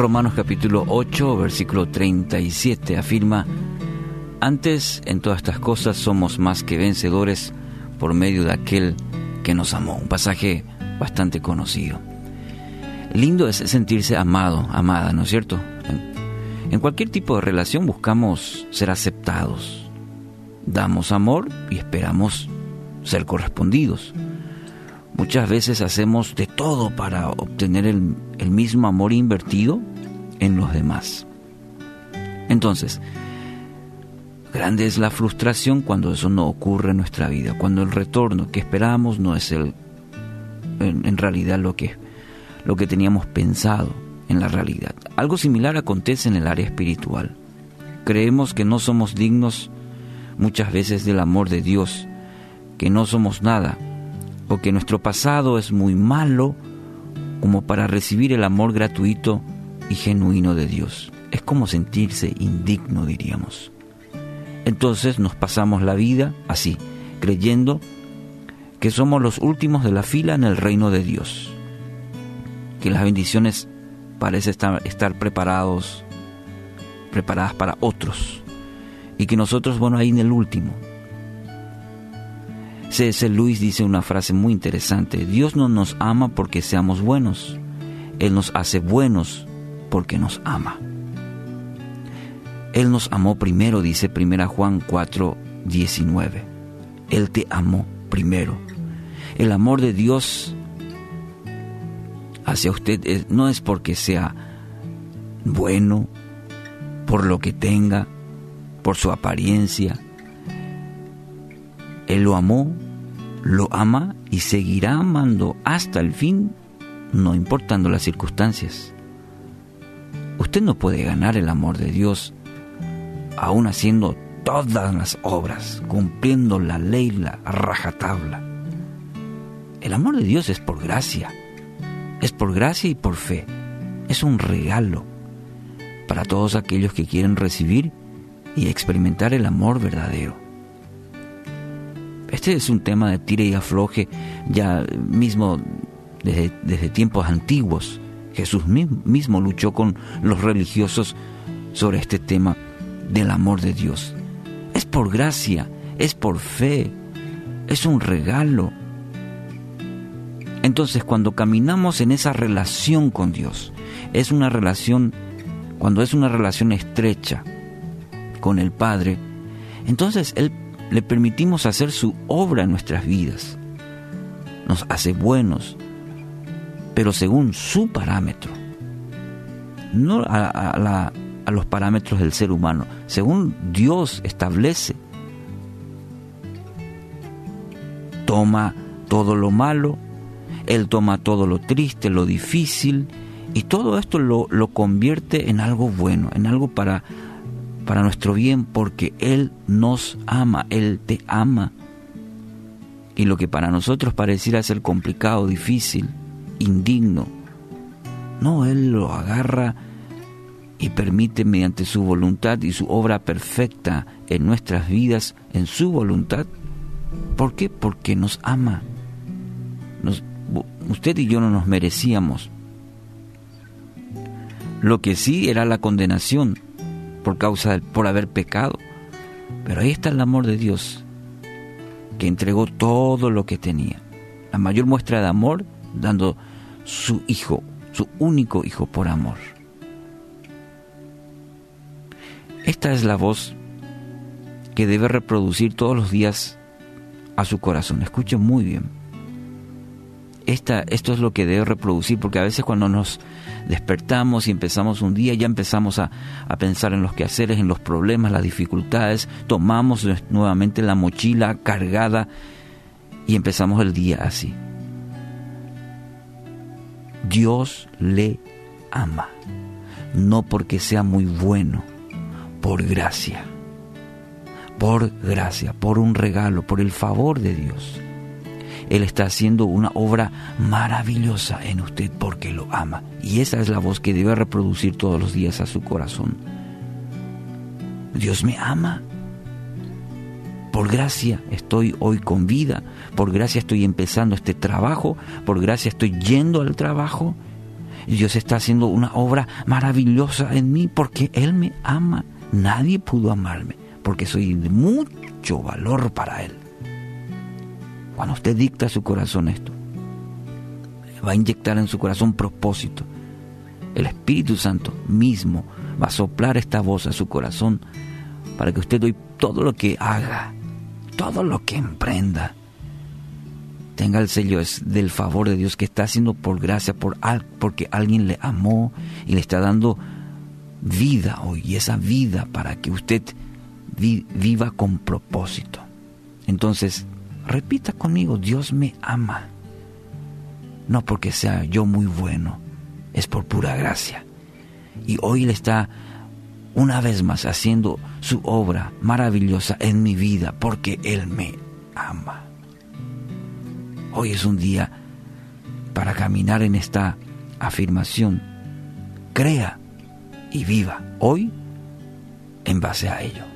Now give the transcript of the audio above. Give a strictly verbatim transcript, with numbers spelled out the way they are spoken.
Romanos capítulo ocho, versículo treinta y siete afirma: antes en todas estas cosas somos más que vencedores por medio de aquel que nos amó. Un pasaje bastante conocido. Lindo es sentirse amado, amada, ¿no es cierto? En, en cualquier tipo de relación buscamos ser aceptados. Damos amor y esperamos ser correspondidos. Muchas veces hacemos de todo para obtener el, el mismo amor invertido en los demás. Entonces, grande es la frustración cuando eso no ocurre en nuestra vida, cuando el retorno que esperábamos no es el, en, en realidad lo que, lo que teníamos pensado en la realidad. Algo similar acontece en el área espiritual. Creemos que no somos dignos muchas veces del amor de Dios, que no somos nada, o que nuestro pasado es muy malo como para recibir el amor gratuito y genuino de Dios. Es como sentirse indigno, diríamos. Entonces nos pasamos la vida así, creyendo que somos los últimos de la fila en el reino de Dios, que las bendiciones parecen estar, estar preparados, preparadas para otros, y que nosotros, bueno, ahí en el último. C S Lewis dice una frase muy interesante: Dios no nos ama porque seamos buenos, Él nos hace buenos porque nos ama. Él nos amó primero, dice primera Juan cuatro diecinueve. Él te amó primero. El amor de Dios hacia usted no es porque sea bueno, por lo que tenga, por su apariencia. Él lo amó, lo ama y seguirá amando hasta el fin, no importando las circunstancias. Usted no puede ganar el amor de Dios aún haciendo todas las obras, cumpliendo la ley, la rajatabla. El amor de Dios es por gracia, es por gracia y por fe. Es un regalo para todos aquellos que quieren recibir y experimentar el amor verdadero. Este es un tema de tire y afloje ya mismo desde, desde tiempos antiguos. Jesús mismo luchó con los religiosos sobre este tema del amor de Dios. Es por gracia, es por fe, es un regalo. Entonces, cuando caminamos en esa relación con Dios, es una relación, cuando es una relación estrecha con el Padre, entonces Él le permitimos hacer su obra en nuestras vidas. Nos hace buenos, pero según su parámetro, no a, a, la, a los parámetros del ser humano, según Dios establece. Toma todo lo malo, Él toma todo lo triste, lo difícil, y todo esto lo, lo convierte en algo bueno, en algo para, para nuestro bien, porque Él nos ama, Él te ama. Y lo que para nosotros pareciera ser complicado, difícil, indigno, no, Él lo agarra y permite mediante su voluntad y su obra perfecta en nuestras vidas, en su voluntad. ¿Por qué? Porque nos ama. Nos, usted y yo no nos merecíamos. Lo que sí era la condenación por causa de, por haber pecado. Pero ahí está el amor de Dios, que entregó todo lo que tenía. La mayor muestra de amor, dando su hijo, su único hijo por amor. Esta es la voz que debe reproducir todos los días a su corazón. Escuchen muy bien. Esta, esto es lo que debe reproducir, porque a veces cuando nos despertamos y empezamos un día, ya empezamos a, a pensar en los quehaceres, en los problemas, las dificultades, tomamos nuevamente la mochila cargada y empezamos el día así. Dios le ama, no porque sea muy bueno, por gracia, por gracia, por un regalo, por el favor de Dios. Él está haciendo una obra maravillosa en usted porque lo ama. Y esa es la voz que debe reproducir todos los días a su corazón. Dios me ama. Por gracia estoy hoy con vida. Por gracia estoy empezando este trabajo. Por gracia estoy yendo al trabajo. Dios está haciendo una obra maravillosa en mí porque Él me ama. Nadie pudo amarme porque soy de mucho valor para Él. Cuando usted dicta a su corazón esto, va a inyectar en su corazón propósito. El Espíritu Santo mismo va a soplar esta voz a su corazón para que usted hoy todo lo que haga, todo lo que emprenda, tenga el sello es del favor de Dios que está haciendo por gracia, por al, porque alguien le amó y le está dando vida hoy, y esa vida para que usted vi, viva con propósito. Entonces, repita conmigo: Dios me ama, no porque sea yo muy bueno, es por pura gracia. Y hoy Él está una vez más haciendo su obra maravillosa en mi vida porque Él me ama. Hoy es un día para caminar en esta afirmación. Crea y viva hoy en base a ello.